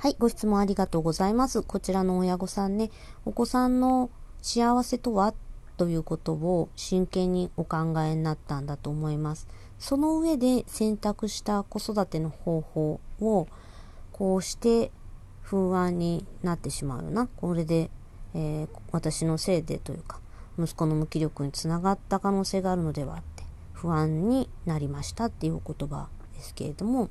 はい、ご質問ありがとうございます。こちらの親御さんね、お子さんの幸せとはということを真剣にお考えになったんだと思います。その上で選択した子育ての方法をこうして不安になってしまうよな。これで、私のせいでというか、息子の無気力につながった可能性があるのではって不安になりましたっていう言葉ですけれども、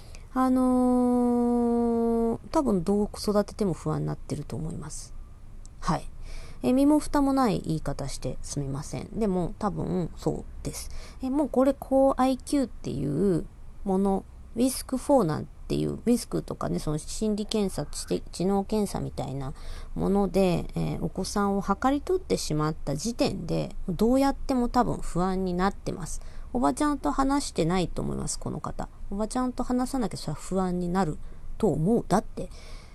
多分どう育てても不安になってると思います。はい。身も蓋もない言い方してすみません。でも多分そうです。もうこれ高 IQ っていうもの、ウィスク4なんていう、ウィスクとかね、その心理検査、知能検査みたいなもので、お子さんを測り取ってしまった時点で、どうやっても多分不安になってます。おばちゃんと話してないと思います、この方。おばちゃんと話さなきゃそれは不安になると思う。だって、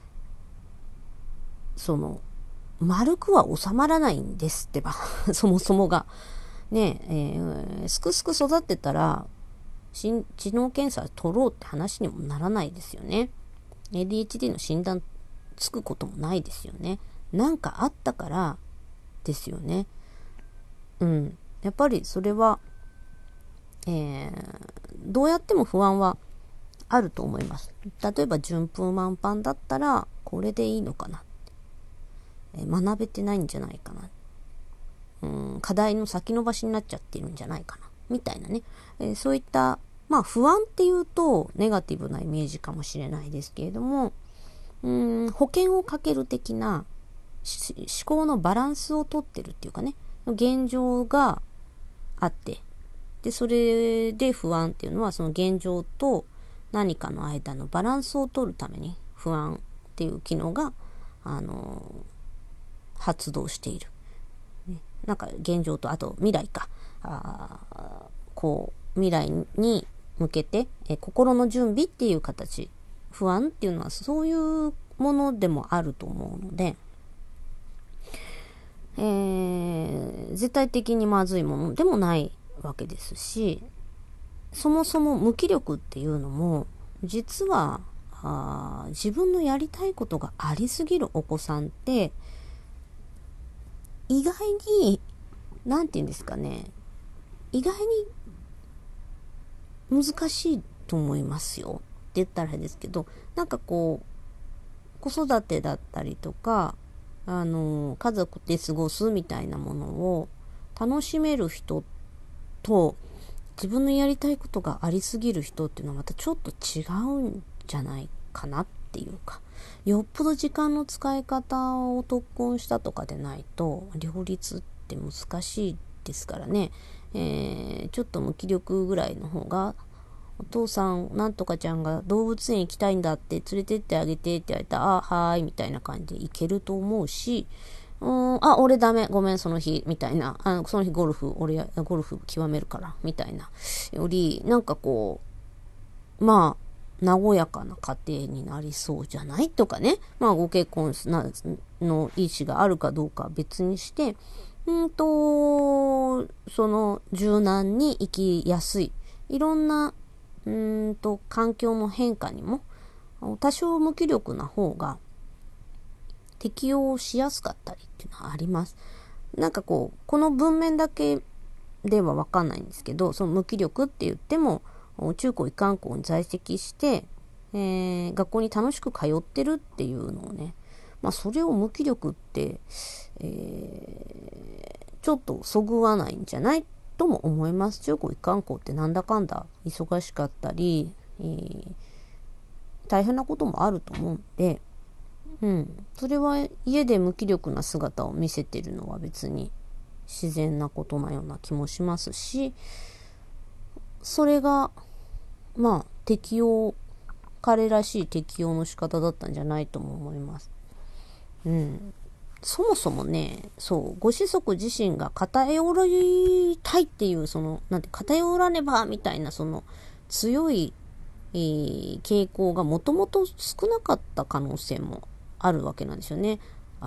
丸くは収まらないんですってば。そもそもが。ねすくすく育ってたら、知能検査取ろうって話にもならないですよね。ADHD の診断つくこともないですよね。なんかあったからですよね。やっぱりそれは、どうやっても不安はあると思います。例えば順風満帆だったらこれでいいのかな、学べてないんじゃないかな、課題の先延ばしになっちゃってるんじゃないかなみたいなね、そういった不安っていうとネガティブなイメージかもしれないですけれども、保険をかける的な思考のバランスをとってるっていうかね、現状があって、でそれで不安っていうのはその現状と何かの間のバランスを取るために不安っていう機能が発動している、ね、なんか現状とあと未来か、未来に向けて、心の準備っていう形、不安っていうのはそういうものでもあると思うので、絶対的にまずいものでもないわけですし、そもそも無気力っていうのも実は自分のやりたいことがありすぎるお子さんって意外になんて言うんですかね、意外に難しいと思いますよって言ったらあれですけど、なんか子育てだったりとか家族で過ごすみたいなものを楽しめる人と自分のやりたいことがありすぎる人っていうのはまたちょっと違うんじゃないかなっていうか、よっぽど時間の使い方を特訓したとかでないと両立って難しいですからね、ちょっと無気力ぐらいの方が、お父さんなんとかちゃんが動物園行きたいんだって連れてってあげてって言われたら、はーいみたいな感じで行けると思うし、俺ダメ、ごめんその日みたいな、その日俺ゴルフ極めるからみたいなより、なんか和やかな家庭になりそうじゃないとかね、ご結婚の意思があるかどうかは別にして、柔軟に生きやすい、いろんな環境の変化にも多少無気力な方が適応しやすかったりっていうのはあります。なんかこの文面だけではわかんないんですけど、その無気力って言っても中高一貫校に在籍して、学校に楽しく通ってるっていうのをね、それを無気力って、ちょっとそぐわないんじゃないとも思います。中高一貫校ってなんだかんだ忙しかったり、大変なこともあると思うんで、それは家で無気力な姿を見せてるのは別に自然なことなような気もしますし、それが彼らしい適応の仕方だったんじゃないとも思います。そもそもね、ご子息自身が偏りたいっていう、偏らねばみたいな強い、傾向がもともと少なかった可能性もあるわけなんですよね。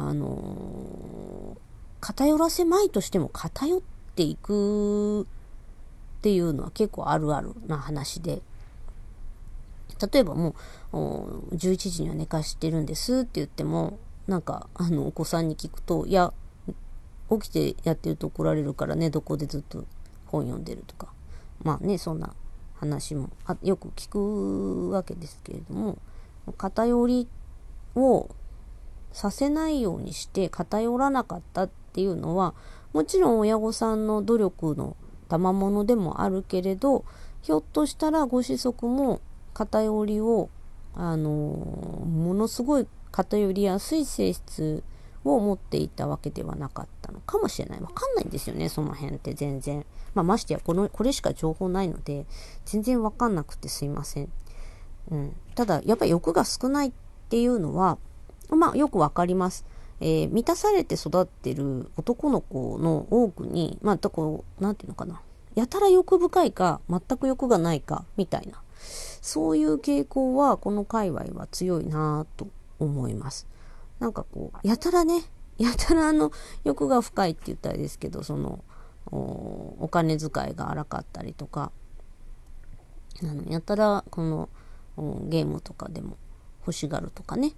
偏らせまいとしても偏っていくっていうのは結構あるあるな話で、 例えばもう、11時には寝かしてるんですって言っても、なんか、お子さんに聞くと、いや、起きてやってると怒られるからね、どこでずっと本読んでるとか。まあね、そんな話もよく聞くわけですけれども、偏りをさせないようにして偏らなかったっていうのは、もちろん親御さんの努力の賜物でもあるけれど、ひょっとしたらご子息も偏りを、ものすごい偏りやすい性質を持っていたわけではなかったのかもしれない。わかんないんですよね、その辺って全然。ましてやこれしか情報ないので、全然わかんなくてすいません。ただ、やっぱり欲が少ないっていうのは、よくわかります。満たされて育ってる男の子の多くに、なんていうのかな。やたら欲深いか、全く欲がないか、みたいな。そういう傾向は、この界隈は強いなと思います。やたら欲が深いって言ったらですけど、お金遣いが荒かったりとか、やたら、ゲームとかでも欲しがるとかね、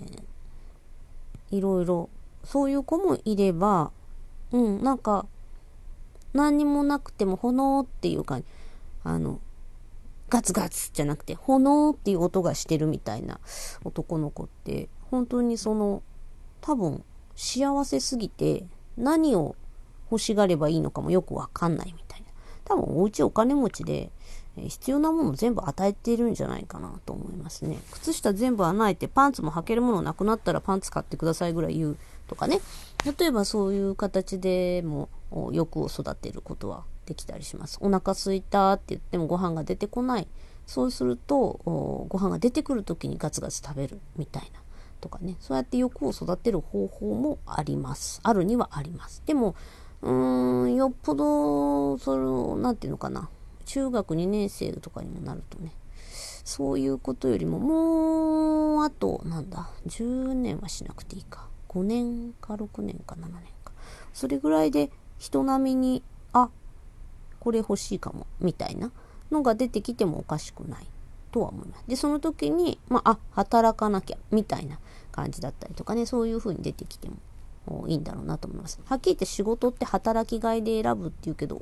いろいろ、そういう子もいれば、何にもなくても炎っていうか、ガツガツじゃなくて、炎っていう音がしてるみたいな男の子って、本当に多分、幸せすぎて、何を欲しがればいいのかもよくわかんないみたいな。多分、お家お金持ちで、必要なもの全部与えているんじゃないかなと思いますね。靴下全部穴開いてパンツも履けるものなくなったらパンツ買ってくださいぐらい言うとかね。例えばそういう形でも欲を育てることはできたりします。お腹空いたって言ってもご飯が出てこない。そうするとご飯が出てくるときにガツガツ食べるみたいなとかね。そうやって欲を育てる方法もあります。あるにはあります。でもよっぽどなんていうのかな。中学2年生とかにもなるとね、そういうことよりももうあと10年はしなくていいか、5年か6年か7年か、それぐらいで人並みにこれ欲しいかもみたいなのが出てきてもおかしくないとは思います。でその時に働かなきゃみたいな感じだったりとかね、そういう風に出てきてもいいんだろうなと思います。はっきり言って仕事って働きがいで選ぶって言うけど、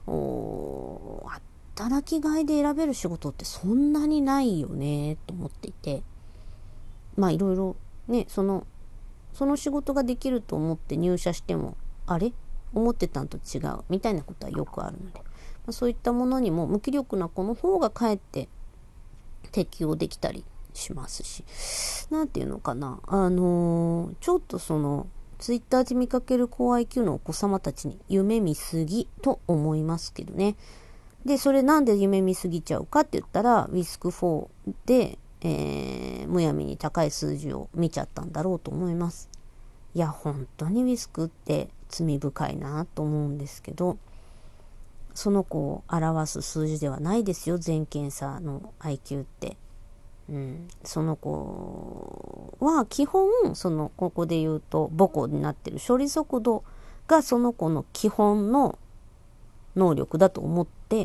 働きがいで選べる仕事ってそんなにないよねと思っていて、いろいろね、その仕事ができると思って入社しても、思ってたんと違うみたいなことはよくあるので、そういったものにも無気力な子の方がかえって適応できたりしますし、なんていうのかな、ちょっとツイッターで見かける高 IQ のお子様たちに夢見すぎと思いますけどね。で、それなんで夢見すぎちゃうかって言ったら、ウィスク4で、むやみに高い数字を見ちゃったんだろうと思います。いや、本当にウィスクって罪深いなと思うんですけど、その子を表す数字ではないですよ、全検査の IQ って。その子は基本、ここで言うと母校になってる処理速度がその子の基本の能力だと思って、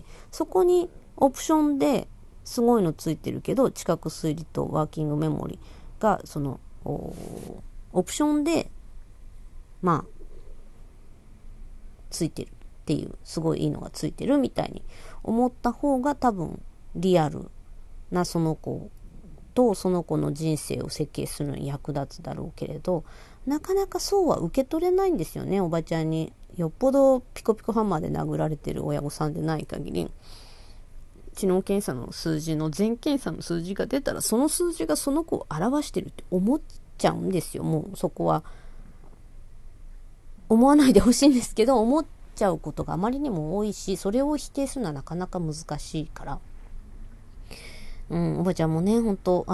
そこにオプションですごいのついてるけど、知覚推理とワーキングメモリがオプションでついてるっていう、すごいいいのがついてるみたいに思った方が多分リアルなその子とその子の人生を設計するのに役立つだろうけれど、なかなかそうは受け取れないんですよね。おばちゃんによっぽどピコピコハンマーで殴られてる親御さんでない限り、知能検査の数字の全検査の数字が出たら、その数字がその子を表してるって思っちゃうんですよ。もうそこは思わないでほしいんですけど、思っちゃうことがあまりにも多いし、それを否定するのはなかなか難しいから、おばちゃんもね、本当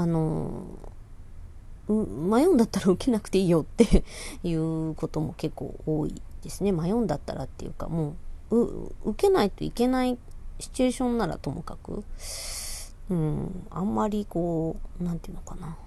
迷うんだったら受けなくていいよっていうことも結構多いですね。迷うんだったらっていうか、もう受けないといけないシチュエーションならともかく、あんまりなんていうのかな、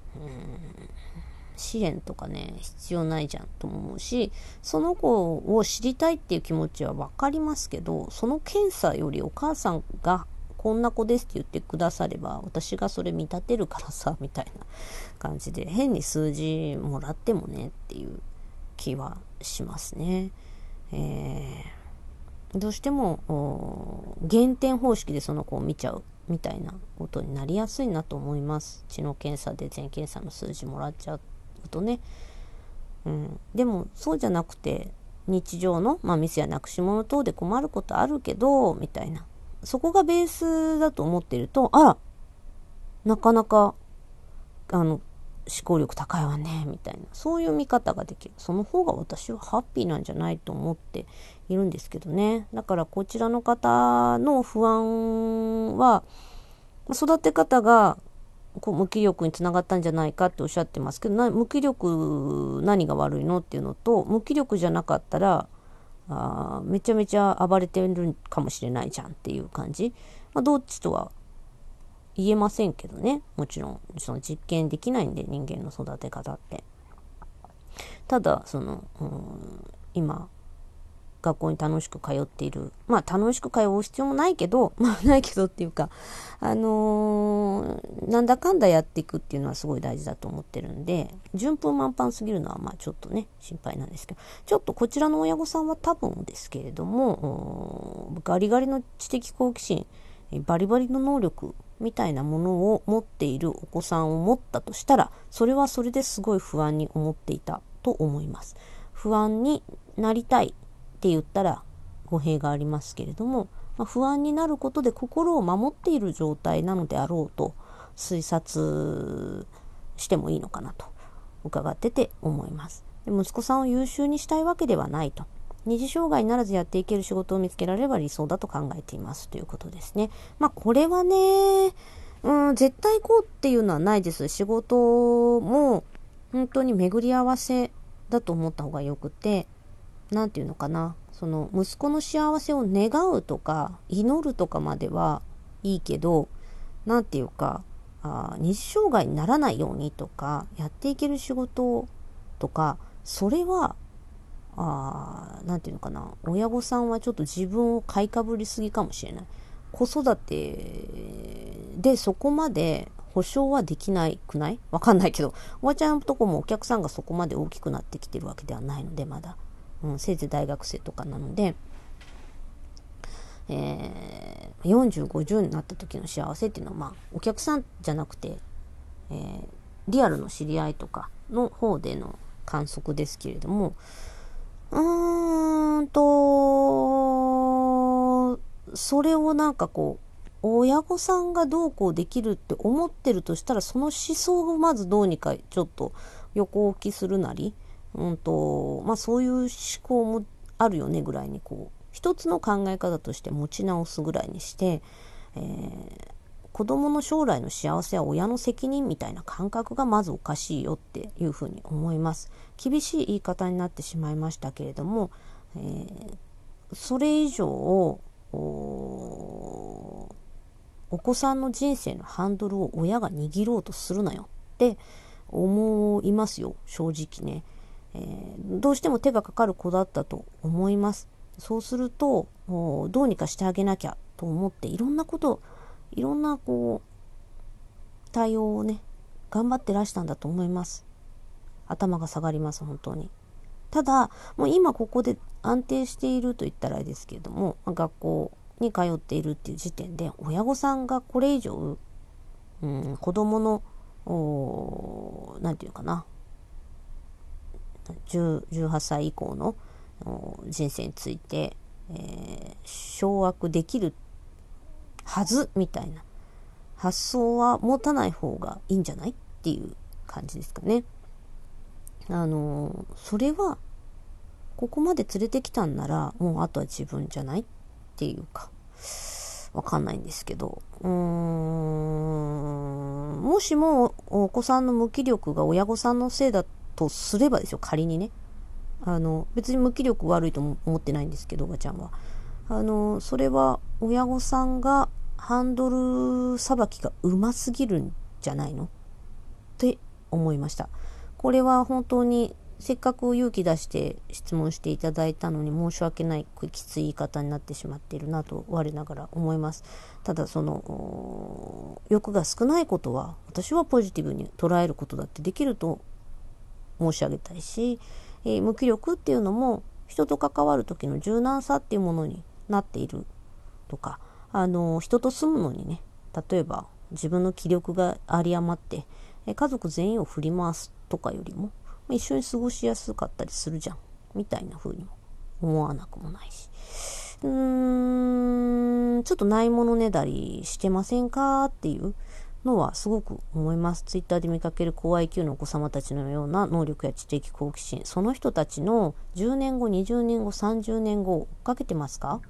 試練とかね、必要ないじゃんとも思うし、その子を知りたいっていう気持ちはわかりますけど、その検査よりお母さんがこんな子ですって言ってくだされば私がそれ見立てるからさみたいな感じで、変に数字もらってもねっていう気はしますね。どうしても減点方式でその子を見ちゃうみたいなことになりやすいなと思います。血の検査で全検査の数字もらっちゃうとね。でもそうじゃなくて、日常の、ミスやなくし物等で困ることあるけどみたいな、そこがベースだと思ってると、なかなか思考力高いわねみたいな、そういう見方ができる。その方が私はハッピーなんじゃないと思っているんですけどね。だからこちらの方の不安は、育て方が無気力につながったんじゃないかっておっしゃってますけど、無気力何が悪いのっていうのと、無気力じゃなかったらめちゃめちゃ暴れてるかもしれないじゃんっていう感じ、どっちとは言えませんけどね。もちろんその実験できないんで、人間の育て方って。ただ今学校に楽しく通っている、楽しく通う必要もないけど、ないけどっていうか、なんだかんだやっていくっていうのはすごい大事だと思ってるんで、順風満帆すぎるのはちょっとね心配なんですけど、ちょっとこちらの親御さんは多分ですけれども、ガリガリの知的好奇心、バリバリの能力みたいなものを持っているお子さんを持ったとしたら、それはそれですごい不安に思っていたと思います。不安になりたいって言ったら語弊がありますけれども、不安になることで心を守っている状態なのであろうと推察してもいいのかなと伺ってて思います。で、息子さんを優秀にしたいわけではないと。二次障害にならずやっていける仕事を見つけられれば理想だと考えていますということですね。これはね、絶対こうっていうのはないです。仕事も本当に巡り合わせだと思った方がよくて、なんていうのかな、その息子の幸せを願うとか祈るとかまではいいけど、なんていうか、二次障害にならないようにとか、やっていける仕事とか、それはなんていうのかな、親御さんはちょっと自分を買いかぶりすぎかもしれない。子育てでそこまで保証はできないくない？わかんないけど、おばちゃんのとこもお客さんがそこまで大きくなってきてるわけではないので、まだ。せいぜい大学生とかなので、40、50になった時の幸せっていうのは、お客さんじゃなくて、リアルの知り合いとかの方での観測ですけれども、それを親御さんがどうこうできるって思ってるとしたら、その思想をまずどうにかちょっと横置きするなり、そういう思考もあるよねぐらいに一つの考え方として持ち直すぐらいにして、子供の将来の幸せは親の責任みたいな感覚がまずおかしいよっていうふうに思います。厳しい言い方になってしまいましたけれども、それ以上お子さんの人生のハンドルを親が握ろうとするなよって思いますよ、正直ね。どうしても手がかかる子だったと思います。そうするとどうにかしてあげなきゃと思って、いろんな対応をね頑張ってらしたんだと思います。頭が下がります、本当に。ただもう今ここで安定していると言ったらあれですけれども、学校に通っているっていう時点で、親御さんがこれ以上、子供のなんていうかな、18歳以降の人生について、掌握できるはずみたいな発想は持たない方がいいんじゃないっていう感じですかね。それはここまで連れてきたんなら、もうあとは自分じゃないっていうか、わかんないんですけど、もしもお子さんの無気力が親御さんのせいだとすればですよ、仮にね、別に無気力悪いとも思ってないんですけど、おばちゃんはそれは親御さんがハンドルさばきがうますぎるんじゃないのって思いました。これは本当にせっかく勇気出して質問していただいたのに申し訳ないきつい言い方になってしまっているなと我ながら思います。ただその欲が少ないことは私はポジティブに捉えることだってできると申し上げたいし、無気力っていうのも人と関わる時の柔軟さっていうものになっているとか、人と住むのにね、例えば自分の気力が有り余って家族全員を振り回すとかよりも一緒に過ごしやすかったりするじゃんみたいな風にも思わなくもないし、ちょっとないものねだりしてませんかっていうのはすごく思います。ツイッターで見かける高 IQ のお子様たちのような能力や知的好奇心、その人たちの10年後、20年後、30年後を追っかけてますか？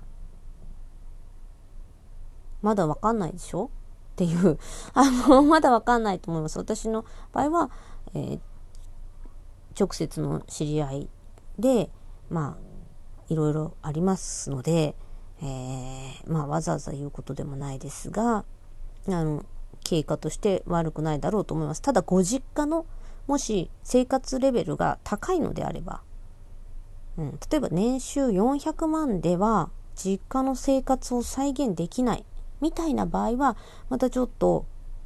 まだわかんないでしょっていうまだわかんないと思います。私の場合は、直接の知り合いでいろいろありますので、わざわざ言うことでもないですが、経過として悪くないだろうと思います。ただご実家のもし生活レベルが高いのであれば、例えば年収400万では実家の生活を再現できないみたいな場合はまたちょっと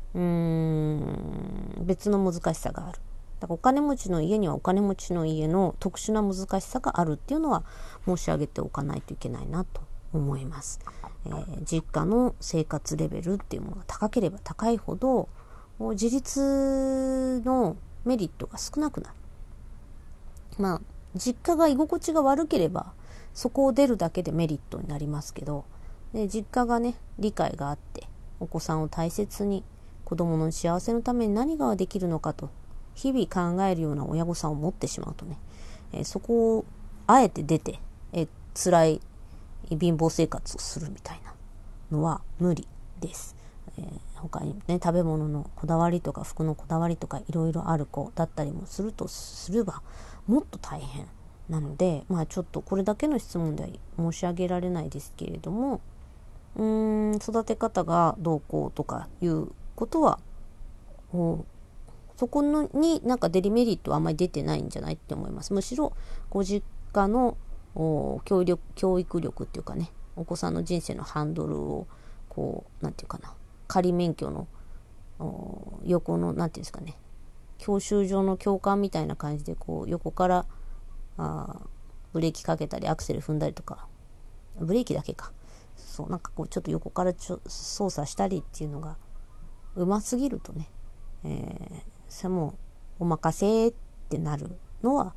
別の難しさがある。だからお金持ちの家にはお金持ちの家の特殊な難しさがあるっていうのは申し上げておかないといけないなと思います。実家の生活レベルっていうものが高ければ高いほど自立のメリットが少なくなる。実家が居心地が悪ければそこを出るだけでメリットになりますけど、実家がね理解があってお子さんを大切に子供の幸せのために何ができるのかと日々考えるような親御さんを持ってしまうとね、そこをあえて出て辛い貧乏生活をするみたいなのは無理です。他にね食べ物のこだわりとか服のこだわりとかいろいろある子だったりもするとすればもっと大変なので、ちょっとこれだけの質問では申し上げられないですけれども、育て方がどうこうとかいうことはそこになんかデリメリットはあんまり出てないんじゃないって思います。むしろご実家の教育力っていうかね、お子さんの人生のハンドルをなんていうかな、仮免許の横のなんていうんですかね、教習所の教官みたいな感じで横からブレーキかけたりアクセル踏んだりとか、ブレーキだけか、なんかちょっと横から操作したりっていうのがうますぎるとね、それもお任せってなるのは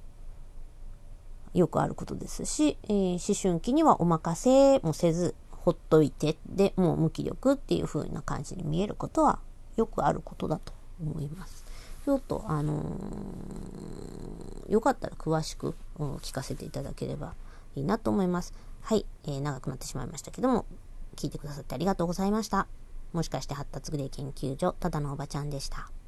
よくあることですし、思春期にはお任せもせずほっといてでもう無気力っていう風な感じに見えることはよくあることだと思います。ちょっとよかったら詳しく聞かせていただければいいなと思います。はい、長くなってしまいましたけども聞いてくださってありがとうございました。もしかして発達グレー研究所ただのおばちゃんでした。